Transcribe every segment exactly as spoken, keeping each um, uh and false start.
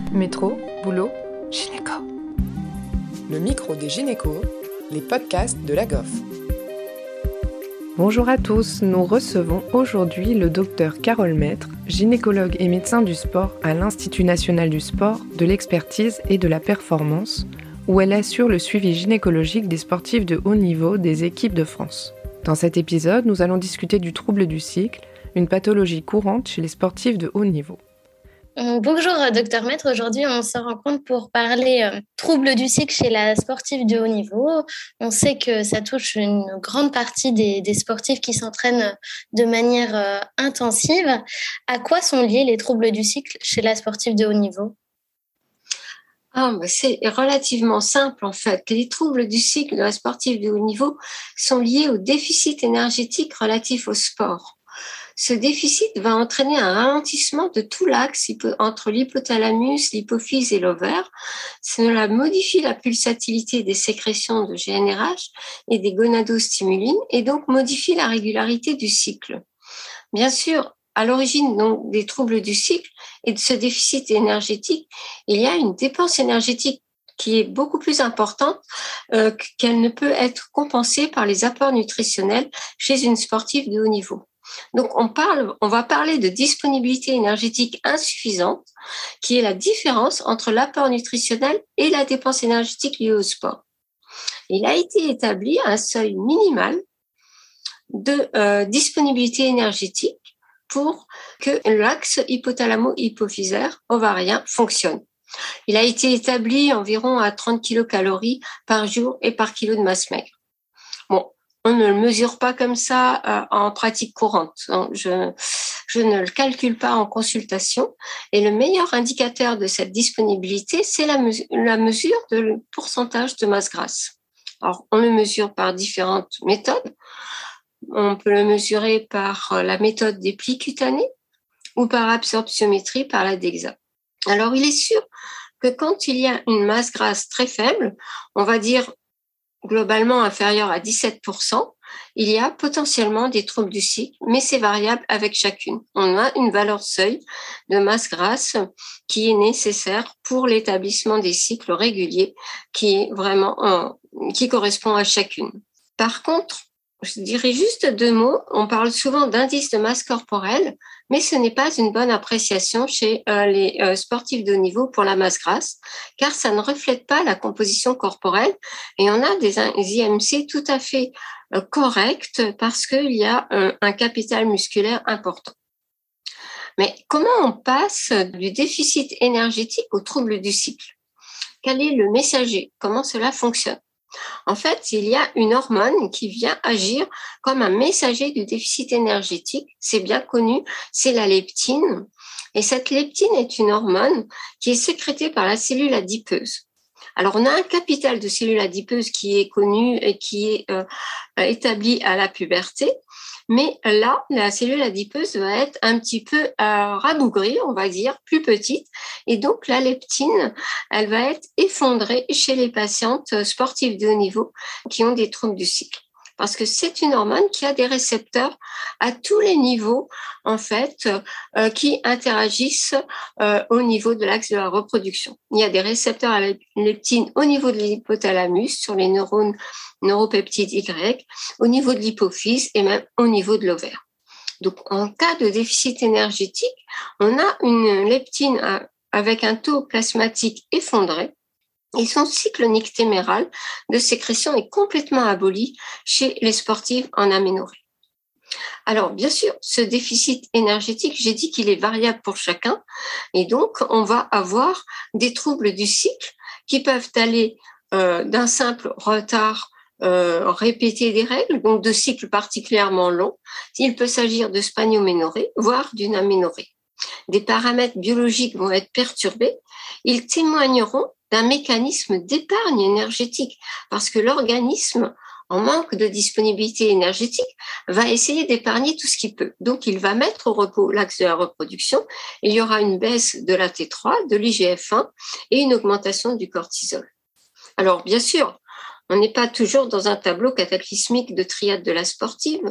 Métro, boulot, gynéco. Le micro des gynécos, les podcasts de la G O F. Bonjour à tous, nous recevons aujourd'hui le docteur Carole Maître, gynécologue et médecin du sport à l'Institut national du sport, de l'expertise et de la performance, où elle assure le suivi gynécologique des sportifs de haut niveau des équipes de France. Dans cet épisode, nous allons discuter du trouble du cycle, une pathologie courante chez les sportifs de haut niveau. Bonjour, docteur Maître. Aujourd'hui, on se rencontre pour parler euh, troubles du cycle chez la sportive de haut niveau. On sait que ça touche une grande partie des, des sportifs qui s'entraînent de manière euh, intensive. À quoi sont liés les troubles du cycle chez la sportive de haut niveau ? Ah, bah c'est relativement simple en fait. Les troubles du cycle de la sportive de haut niveau sont liés au déficit énergétique relatif au sport. Ce déficit va entraîner un ralentissement de tout l'axe entre l'hypothalamus, l'hypophyse et l'ovaire. Cela modifie la pulsatilité des sécrétions de G N R H et des gonadostimulines et donc modifie la régularité du cycle. Bien sûr, à l'origine donc, des troubles du cycle et de ce déficit énergétique, il y a une dépense énergétique qui est beaucoup plus importante euh, qu'elle ne peut être compensée par les apports nutritionnels chez une sportive de haut niveau. Donc, on parle, on va parler de disponibilité énergétique insuffisante, qui est la différence entre l'apport nutritionnel et la dépense énergétique liée au sport. Il a été établi un seuil minimal de euh, disponibilité énergétique pour que l'axe hypothalamo-hypophysaire ovarien fonctionne. Il a été établi environ à trente kilocalories par jour et par kilo de masse maigre. Bon. On ne le mesure pas comme ça euh, en pratique courante. Je, je ne le calcule pas en consultation. Et le meilleur indicateur de cette disponibilité, c'est la, mesure, la mesure de pourcentage de masse grasse. Alors, on le mesure par différentes méthodes. On peut le mesurer par la méthode des plis cutanés ou par absorptiométrie par la DEXA. Alors, il est sûr que quand il y a une masse grasse très faible, on va dire globalement inférieur à dix-sept pour cent, il y a potentiellement des troubles du cycle, mais c'est variable avec chacune. On a une valeur seuil de masse grasse qui est nécessaire pour l'établissement des cycles réguliers qui est vraiment euh, qui correspond à chacune. Par contre, je dirais juste deux mots. On parle souvent d'indice de masse corporelle, mais ce n'est pas une bonne appréciation chez euh, les euh, sportifs de haut niveau pour la masse grasse, car ça ne reflète pas la composition corporelle. Et on a des I M C tout à fait euh, corrects parce qu'il y a euh, un capital musculaire important. Mais comment on passe du déficit énergétique au trouble du cycle ? Quel est le messager ? Comment cela fonctionne ? En fait, il y a une hormone qui vient agir comme un messager du déficit énergétique. C'est bien connu, c'est la leptine. Et cette leptine est une hormone qui est sécrétée par la cellule adipeuse. Alors, on a un capital de cellules adipeuses qui est connu et qui est euh, établi à la puberté. Mais là, la cellule adipeuse va être un petit peu euh, rabougrie, on va dire, plus petite. Et donc, la leptine, elle va être effondrée chez les patientes sportives de haut niveau qui ont des troubles du cycle. Parce que c'est une hormone qui a des récepteurs à tous les niveaux, en fait, euh, qui interagissent euh, au niveau de l'axe de la reproduction. Il y a des récepteurs à la leptine au niveau de l'hypothalamus, sur les neurones neuropeptides Y, au niveau de l'hypophyse et même au niveau de l'ovaire. Donc, en cas de déficit énergétique, on a une leptine à, avec un taux plasmatique effondré, et son cycle nictéméral de sécrétion est complètement aboli chez les sportives en aménorrhée. Alors, bien sûr, ce déficit énergétique, j'ai dit qu'il est variable pour chacun, et donc on va avoir des troubles du cycle qui peuvent aller euh, d'un simple retard euh, répété des règles, donc de cycles particulièrement longs. Il peut s'agir de spanioménorrhée, voire d'une aménorrhée. Des paramètres biologiques vont être perturbés. Ils témoigneront d'un mécanisme d'épargne énergétique parce que l'organisme, en manque de disponibilité énergétique, va essayer d'épargner tout ce qu'il peut. Donc, il va mettre au repos l'axe de la reproduction. Il y aura une baisse de la T trois, de l'I G F un et une augmentation du cortisol. Alors, bien sûr, on n'est pas toujours dans un tableau cataclysmique de triade de la sportive.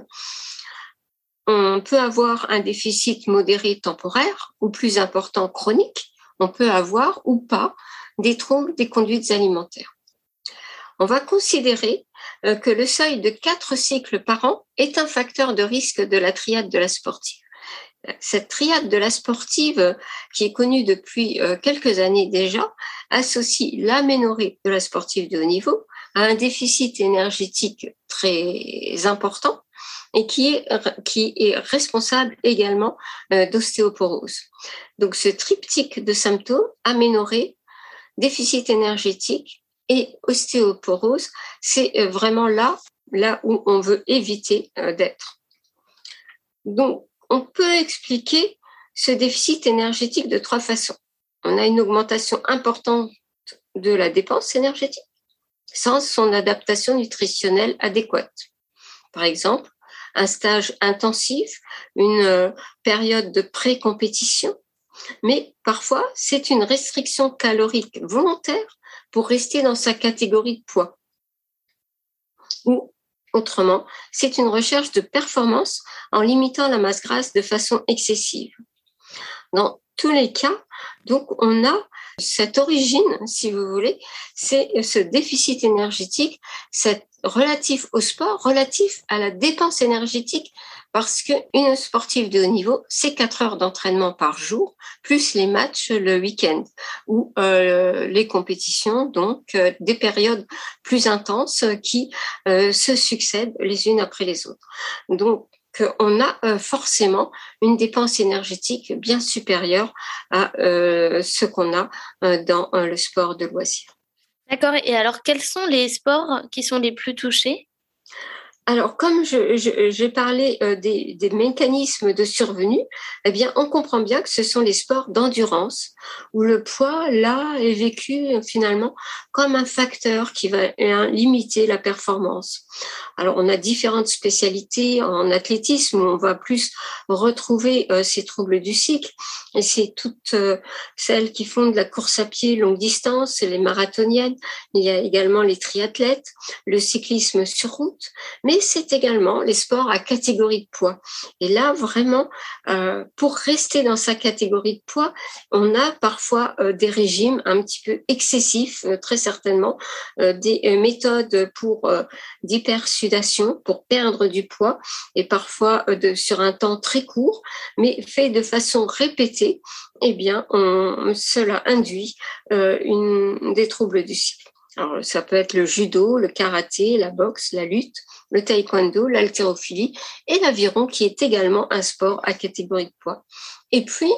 On peut avoir un déficit modéré temporaire ou plus important chronique. on peut avoir ou pas des troubles des conduites alimentaires. On va considérer euh, que le seuil de quatre cycles par an est un facteur de risque de la triade de la sportive. Cette triade de la sportive, qui est connue depuis euh, quelques années déjà, associe l'aménorrhée de la sportive de haut niveau à un déficit énergétique très important et qui est, qui est responsable également euh, d'ostéoporose. Donc ce triptyque de symptômes, aménorrhée, déficit énergétique et ostéoporose, c'est euh, vraiment là, là où on veut éviter euh, d'être. Donc, on peut expliquer ce déficit énergétique de trois façons. On a une augmentation importante de la dépense énergétique sans son adaptation nutritionnelle adéquate. Par exemple, un stage intensif, une période de pré-compétition, mais parfois c'est une restriction calorique volontaire pour rester dans sa catégorie de poids. Ou autrement, c'est une recherche de performance en limitant la masse grasse de façon excessive. Dans tous les cas, donc, on a cette origine, si vous voulez, c'est ce déficit énergétique, cette relatif au sport, relatif à la dépense énergétique, parce qu'une sportive de haut niveau, c'est quatre heures d'entraînement par jour, plus les matchs le week-end, ou euh, les compétitions, donc euh, des périodes plus intenses qui euh, se succèdent les unes après les autres. Donc, on a euh, forcément une dépense énergétique bien supérieure à euh, ce qu'on a euh, dans euh, le sport de loisir. D'accord. Et alors, quels sont les sports qui sont les plus touchés ? Alors, comme je, je, j'ai parlé euh, des, des mécanismes de survenue, eh bien, on comprend bien que ce sont les sports d'endurance où le poids, là, est vécu finalement comme un facteur qui va hein, limiter la performance. Alors, on a différentes spécialités en athlétisme où on va plus retrouver euh, ces troubles du cycle. Et c'est toutes euh, celles qui font de la course à pied longue distance, les marathoniennes. Il y a également les triathlètes, le cyclisme sur route, mais c'est également les sports à catégorie de poids. Et là, vraiment, euh, pour rester dans sa catégorie de poids, on a parfois euh, des régimes un petit peu excessifs, euh, très certainement, euh, des euh, méthodes pour euh, d'hypersudation, pour perdre du poids, et parfois euh, de, sur un temps très court, mais fait de façon répétée, eh bien, on, cela induit euh, une, des troubles du cycle. Alors, ça peut être le judo, le karaté, la boxe, la lutte, le taekwondo, l'haltérophilie et l'aviron qui est également un sport à catégorie de poids. Et puis,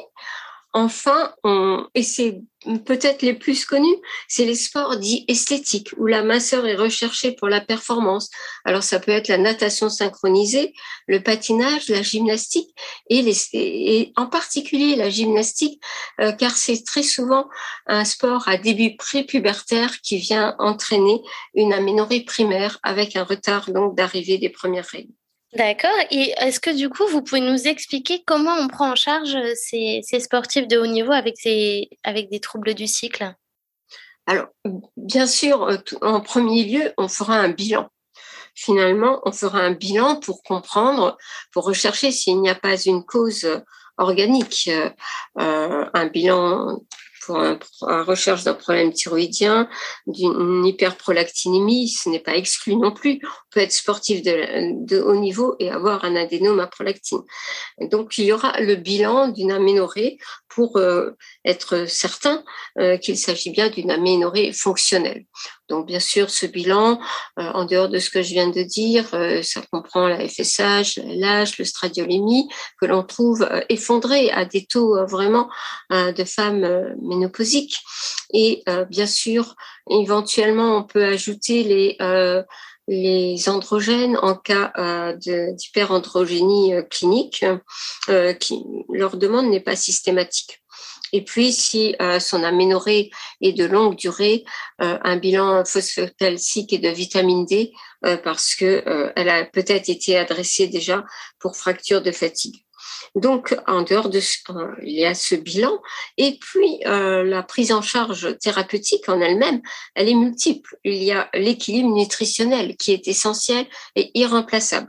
enfin, on, et c'est peut-être les plus connus, c'est les sports dits esthétiques où la minceur est recherchée pour la performance. Alors, ça peut être la natation synchronisée, le patinage, la gymnastique et, les, et en particulier la gymnastique, euh, car c'est très souvent un sport à début prépubertaire qui vient entraîner une aménorrhée primaire avec un retard donc d'arrivée des premières règles. D'accord. Et est-ce que du coup, vous pouvez nous expliquer comment on prend en charge ces, ces sportifs de haut niveau avec, ces, avec des troubles du cycle ? Alors, bien sûr, en premier lieu, on fera un bilan. Finalement, on fera un bilan pour comprendre, pour rechercher s'il n'y a pas une cause organique, euh, un bilan pour un, la recherche d'un problème thyroïdien, d'une hyperprolactinémie, ce n'est pas exclu non plus. On peut être sportif de, de haut niveau et avoir un adénome à prolactine. Donc, il y aura le bilan d'une aménorrhée pour euh, être certain euh, qu'il s'agit bien d'une aménorrhée fonctionnelle. Donc, bien sûr, ce bilan, euh, en dehors de ce que je viens de dire, euh, ça comprend la F S H, l'âge, le stradiolémie, que l'on trouve euh, effondré à des taux euh, vraiment euh, de femmes euh, ménopausiques. Et euh, bien sûr, éventuellement, on peut ajouter les... Euh, les androgènes en cas euh, de, d'hyperandrogénie euh, clinique, euh, qui, leur demande n'est pas systématique. Et puis, si euh, son aménorrhée est de longue durée, euh, un bilan phosphocalcique et de vitamine D, euh, parce que euh, elle a peut-être été adressée déjà pour fracture de fatigue. Donc, en dehors de ce, euh, il y a ce bilan. Et puis, euh, la prise en charge thérapeutique en elle-même, elle est multiple. Il y a l'équilibre nutritionnel qui est essentiel et irremplaçable.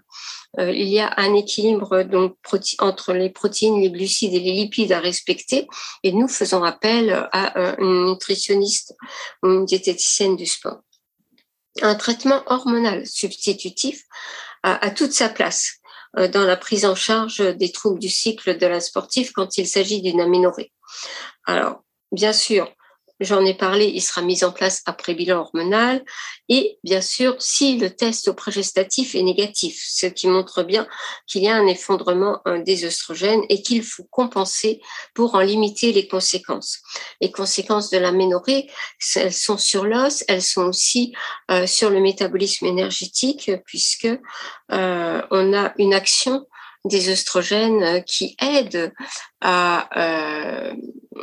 Euh, il y a un équilibre donc proté- entre les protéines, les glucides et les lipides à respecter, et nous faisons appel à euh, une nutritionniste ou une diététicienne du sport. Un traitement hormonal substitutif a, a toute sa place euh, dans la prise en charge des troubles du cycle de la sportive quand il s'agit d'une aménorrhée. Alors, bien sûr, j'en ai parlé, il sera mis en place après bilan hormonal et bien sûr, si le test progestatif est négatif, ce qui montre bien qu'il y a un effondrement des œstrogènes et qu'il faut compenser pour en limiter les conséquences. Les conséquences de l'aménorrhée, elles sont sur l'os, elles sont aussi euh, sur le métabolisme énergétique puisque euh, on a une action des œstrogènes qui aident à, euh,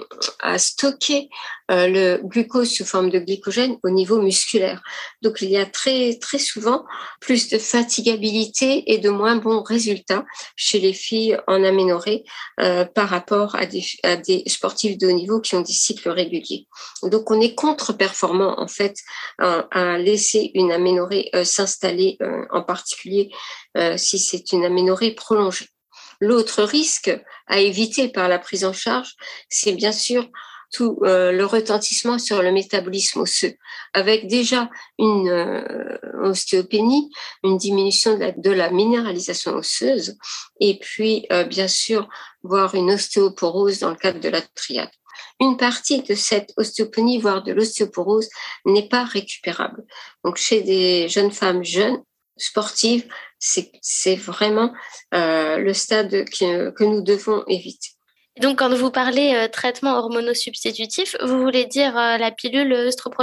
à stocker euh, le glucose sous forme de glycogène au niveau musculaire. Donc, il y a très, très souvent plus de fatigabilité et de moins bons résultats chez les filles en aménorrhée euh, par rapport à des, à des sportifs de haut niveau qui ont des cycles réguliers. Donc, on est contre-performant, en fait, à, à laisser une aménorrhée euh, s'installer, euh, en particulier euh, si c'est une aménorrhée prolongée. L'autre risque à éviter par la prise en charge, c'est bien sûr tout euh, le retentissement sur le métabolisme osseux, avec déjà une euh, ostéopénie, une diminution de la, de la minéralisation osseuse, et puis euh, bien sûr voire une ostéoporose dans le cadre de la triade. Une partie de cette ostéopénie, voire de l'ostéoporose, n'est pas récupérable. Donc chez des jeunes femmes jeunes, sportives, c'est, c'est vraiment euh, le stade que, que nous devons éviter. Donc, quand vous parlez euh, traitement hormonosubstitutif, vous voulez dire euh, la pilule œstroprogestative ?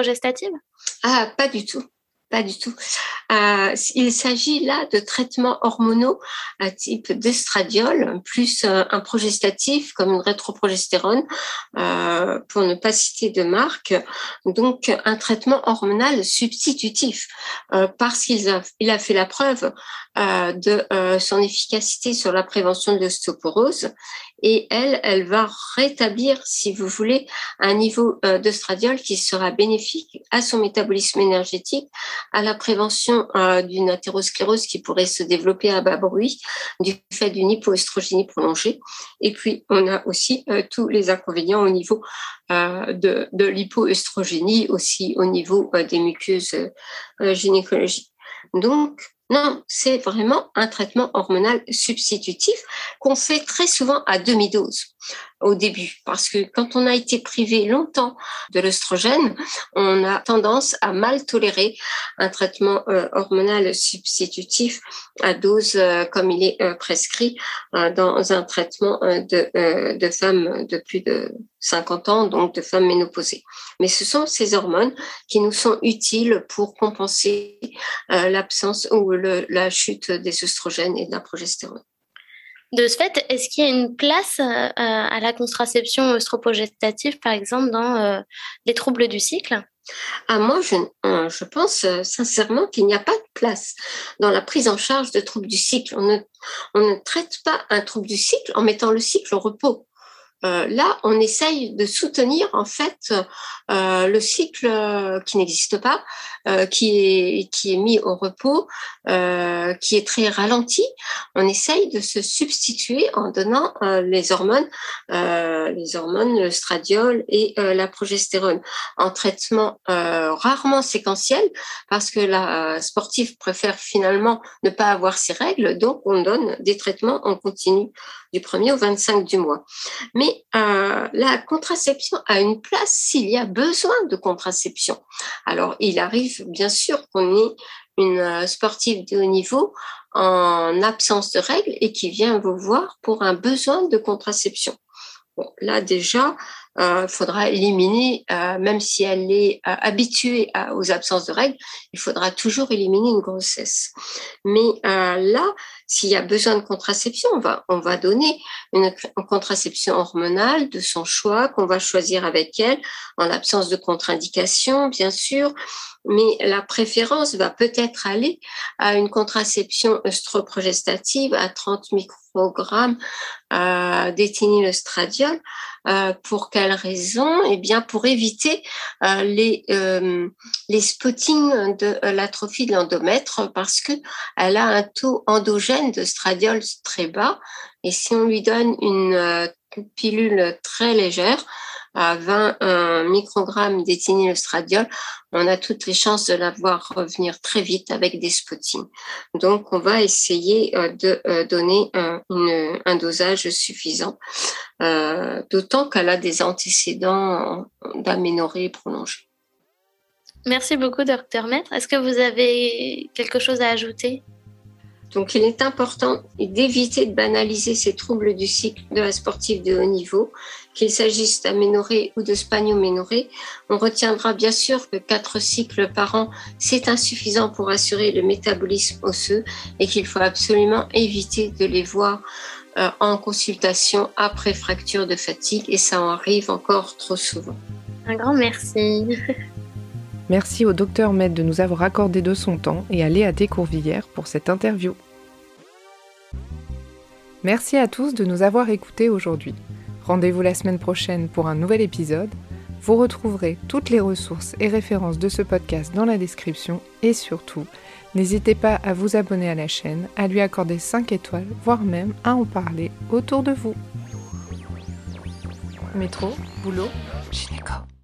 Ah, pas du tout. Pas du tout. Euh, il s'agit là de traitements hormonaux à type d'estradiol, plus euh, un progestatif comme une rétroprogestérone, euh, pour ne pas citer de marque. Donc, un traitement hormonal substitutif, euh, parce qu'il a, il a fait la preuve euh, de euh, son efficacité sur la prévention de l'ostéoporose. Et elle, elle va rétablir, si vous voulez, un niveau euh, d'estradiol qui sera bénéfique à son métabolisme énergétique, à la prévention euh, d'une athérosclérose qui pourrait se développer à bas bruit du fait d'une hypoestrogénie prolongée. Et puis, on a aussi euh, tous les inconvénients au niveau euh, de, de l'hypoestrogénie, aussi au niveau euh, des muqueuses euh, gynécologiques. Donc, non, c'est vraiment un traitement hormonal substitutif qu'on fait très souvent à demi-dose au début, parce que quand on a été privé longtemps de l'œstrogène, on a tendance à mal tolérer un traitement euh, hormonal substitutif à dose euh, comme il est euh, prescrit euh, dans un traitement euh, de, euh, de femmes de plus de cinquante ans, donc de femmes ménopausées. Mais ce sont ces hormones qui nous sont utiles pour compenser euh, l'absence ou le, la chute des œstrogènes et de la progestérone. De ce fait, est-ce qu'il y a une place euh, à la contraception œstroprogestative, par exemple, dans euh, les troubles du cycle ? Ah, moi, je, euh, je pense euh, sincèrement qu'il n'y a pas de place dans la prise en charge de troubles du cycle. On ne, on ne traite pas un trouble du cycle en mettant le cycle au repos. Euh, là, on essaye de soutenir en fait euh, le cycle euh, qui n'existe pas, euh, qui est qui est mis au repos, euh, qui est très ralenti. On essaye de se substituer en donnant euh, les hormones, euh, les hormones, le stradiol et euh, la progestérone en traitement euh, rarement séquentiel parce que la sportive préfère finalement ne pas avoir ses règles, donc on donne des traitements en continu du premier au vingt-cinq du mois. Mais Euh, la contraception a une place s'il y a besoin de contraception. Alors, il arrive bien sûr qu'on ait une sportive de haut niveau en absence de règles et qui vient vous voir pour un besoin de contraception. Bon, là déjà, il euh, faudra éliminer, euh, même si elle est euh, habituée à, aux absences de règles, il faudra toujours éliminer une grossesse. Mais euh, là, s'il y a besoin de contraception, on va, on va donner une, une contraception hormonale de son choix qu'on va choisir avec elle, en l'absence de contre-indication, bien sûr. Mais la préférence va peut-être aller à une contraception œstroprogestative à trente microgrammes euh, d'éthényl-estradiol. Euh, pour quelle raison ? Eh bien, pour éviter euh, les euh, les spottings de euh, l'atrophie de l'endomètre, parce que elle a un taux endogène gène d'œstradiol très bas. Et si on lui donne une euh, pilule très légère, à vingt euh, microgrammes d'éthényl-estradiol, on a toutes les chances de la voir revenir très vite avec des spottings. Donc, on va essayer euh, de euh, donner un, une, un dosage suffisant, euh, d'autant qu'elle a des antécédents d'aménorrhée prolongée. Merci beaucoup, docteur Maître. Est-ce que vous avez quelque chose à ajouter ? Donc, il est important d'éviter de banaliser ces troubles du cycle de la sportive de haut niveau, qu'il s'agisse d'aménorrhée ou de spanioménorrhée. On retiendra bien sûr que quatre cycles par an, c'est insuffisant pour assurer le métabolisme osseux et qu'il faut absolument éviter de les voir euh, en consultation après fracture de fatigue, et ça en arrive encore trop souvent. Un grand merci. Merci au docteur Maître de nous avoir accordé de son temps et à Léa Descourvillières pour cette interview. Merci à tous de nous avoir écoutés aujourd'hui. Rendez-vous la semaine prochaine pour un nouvel épisode. Vous retrouverez toutes les ressources et références de ce podcast dans la description et surtout, n'hésitez pas à vous abonner à la chaîne, à lui accorder cinq étoiles, voire même à en parler autour de vous. Métro, boulot, gynéco.